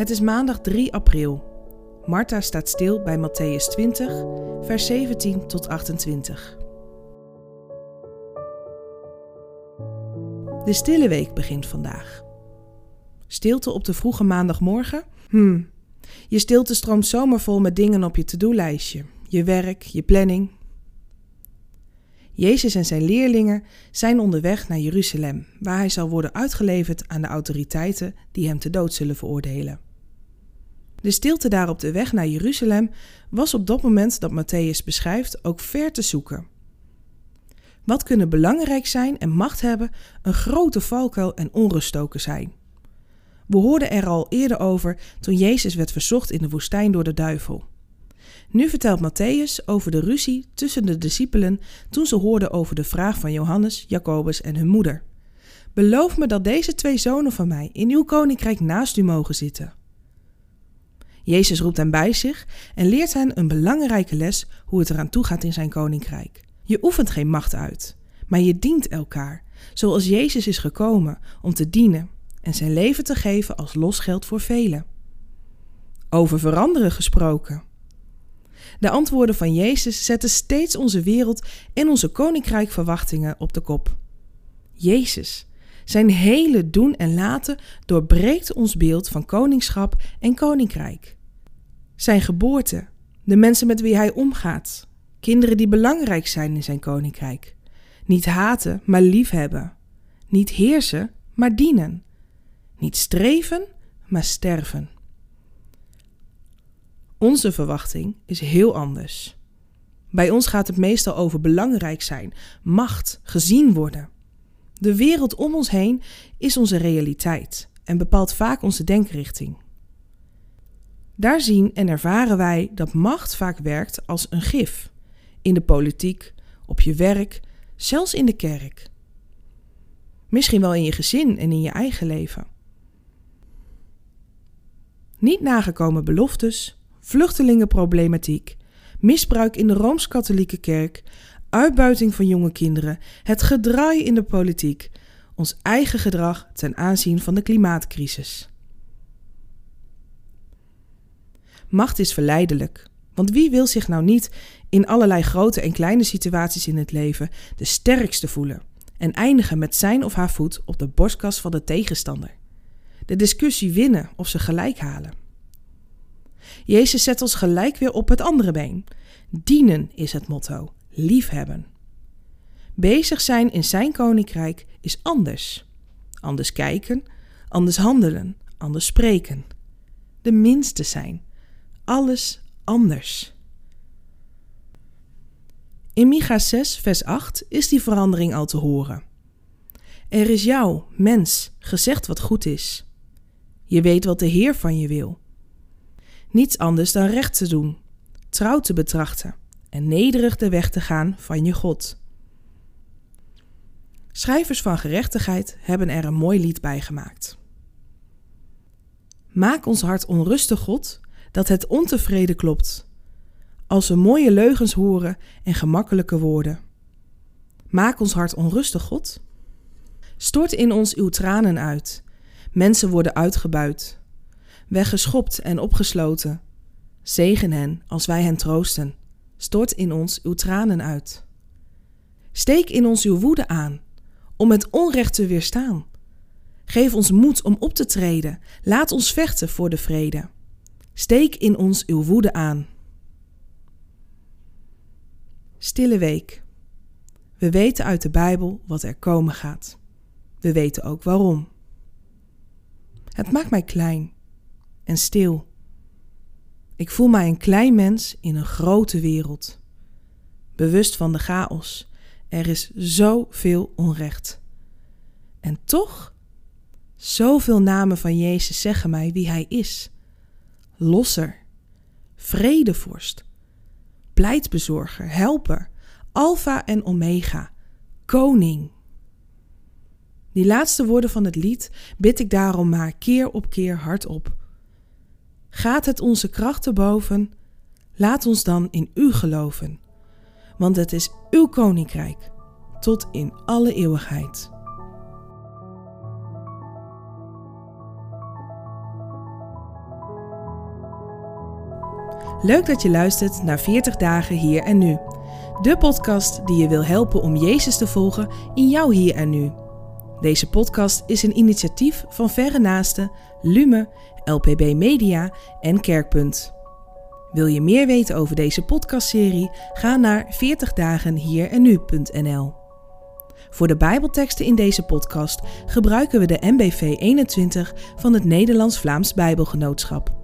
Het is maandag 3 april. Martha staat stil bij Mattheüs 20, vers 17 tot 28. De stille week begint vandaag. Stilte op de vroege maandagmorgen? Je stilte stroomt zomaar vol met dingen op je to-do-lijstje. Je werk, je planning. Jezus en zijn leerlingen zijn onderweg naar Jeruzalem, waar hij zal worden uitgeleverd aan de autoriteiten die hem te dood zullen veroordelen. De stilte daar op de weg naar Jeruzalem was op dat moment dat Mattheüs beschrijft ook ver te zoeken. Wat kunnen belangrijk zijn en macht hebben een grote valkuil en onruststoker zijn? We hoorden er al eerder over toen Jezus werd verzocht in de woestijn door de duivel. Nu vertelt Mattheüs over de ruzie tussen de discipelen toen ze hoorden over de vraag van Johannes, Jacobus en hun moeder. Beloof me dat deze 2 zonen van mij in uw koninkrijk naast u mogen zitten. Jezus roept hen bij zich en leert hen een belangrijke les hoe het eraan toe gaat in zijn koninkrijk. Je oefent geen macht uit, maar je dient elkaar, zoals Jezus is gekomen om te dienen en zijn leven te geven als losgeld voor velen. Over veranderen gesproken. De antwoorden van Jezus zetten steeds onze wereld en onze koninkrijkverwachtingen op de kop. Jezus, zijn hele doen en laten doorbreekt ons beeld van koningschap en koninkrijk. Zijn geboorte, de mensen met wie hij omgaat, kinderen die belangrijk zijn in zijn koninkrijk. Niet haten, maar liefhebben. Niet heersen, maar dienen. Niet streven, maar sterven. Onze verwachting is heel anders. Bij ons gaat het meestal over belangrijk zijn, macht, gezien worden. De wereld om ons heen is onze realiteit en bepaalt vaak onze denkrichting. Daar zien en ervaren wij dat macht vaak werkt als een gif. In de politiek, op je werk, zelfs in de kerk. Misschien wel in je gezin en in je eigen leven. Niet nagekomen beloftes, vluchtelingenproblematiek, misbruik in de Rooms-Katholieke Kerk, uitbuiting van jonge kinderen, het gedraai in de politiek, ons eigen gedrag ten aanzien van de klimaatcrisis. Macht is verleidelijk, want wie wil zich nou niet in allerlei grote en kleine situaties in het leven de sterkste voelen en eindigen met zijn of haar voet op de borstkas van de tegenstander? De discussie winnen of ze gelijk halen. Jezus zet ons gelijk weer op het andere been. Dienen is het motto, liefhebben. Bezig zijn in zijn koninkrijk is anders. Anders kijken, anders handelen, anders spreken. De minste zijn. Alles anders. In Micha 6 vers 8 is die verandering al te horen. Er is jou, mens, gezegd wat goed is. Je weet wat de Heer van je wil. Niets anders dan recht te doen, trouw te betrachten en nederig de weg te gaan van je God. Schrijvers van gerechtigheid hebben er een mooi lied bij gemaakt. Maak ons hart onrustig, God, dat het ontevreden klopt, als we mooie leugens horen en gemakkelijke woorden. Maak ons hart onrustig, God. Stort in ons uw tranen uit. Mensen worden uitgebuit, weggeschopt en opgesloten. Zegen hen als wij hen troosten. Stort in ons uw tranen uit. Steek in ons uw woede aan, om het onrecht te weerstaan. Geef ons moed om op te treden. Laat ons vechten voor de vrede. Steek in ons uw woede aan. Stille week. We weten uit de Bijbel wat er komen gaat. We weten ook waarom. Het maakt mij klein en stil. Ik voel mij een klein mens in een grote wereld. Bewust van de chaos. Er is zoveel onrecht. En toch, zoveel namen van Jezus zeggen mij wie hij is. Losser, vredevorst, pleitbezorger, helper, alfa en omega, koning. Die laatste woorden van het lied bid ik daarom maar keer op keer hardop. Gaat het onze krachten boven? Laat ons dan in u geloven, want het is uw koninkrijk tot in alle eeuwigheid. Leuk dat je luistert naar 40 dagen hier en nu. De podcast die je wil helpen om Jezus te volgen in jouw hier en nu. Deze podcast is een initiatief van Verre Naasten, Lume, LPB Media en Kerkpunt. Wil je meer weten over deze podcastserie? Ga naar 40dagenhierennu.nl. Voor de Bijbelteksten in deze podcast gebruiken we de NBV 21 van het Nederlands-Vlaams Bijbelgenootschap.